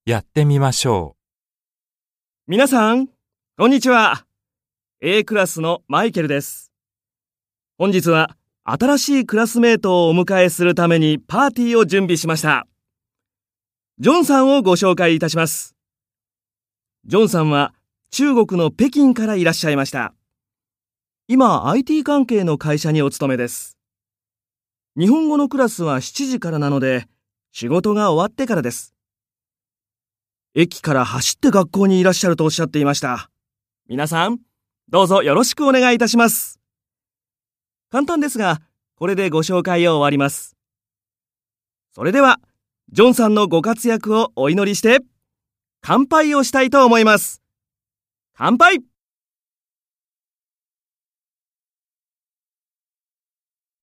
やってみましょ皆さん、こんにちは。A クラスのマイケルです。本日は新しいクラスメートをお迎えするためにパーティーを準備しました。ジョンさんをご紹介いたします。ジョンさんは中国の北京からいらっしゃいました。今、IT 関係の会社にお勤めです。日本語のクラスは7時からなので、仕事が終わってからです。駅から走って学校にいらっしゃるとおっしゃっていました。皆さん、どうぞよろしくお願いいたします。簡単ですが、これでご紹介を終わります。それでは、ジョンさんのご活躍をお祈りして、乾杯をしたいと思います。乾杯！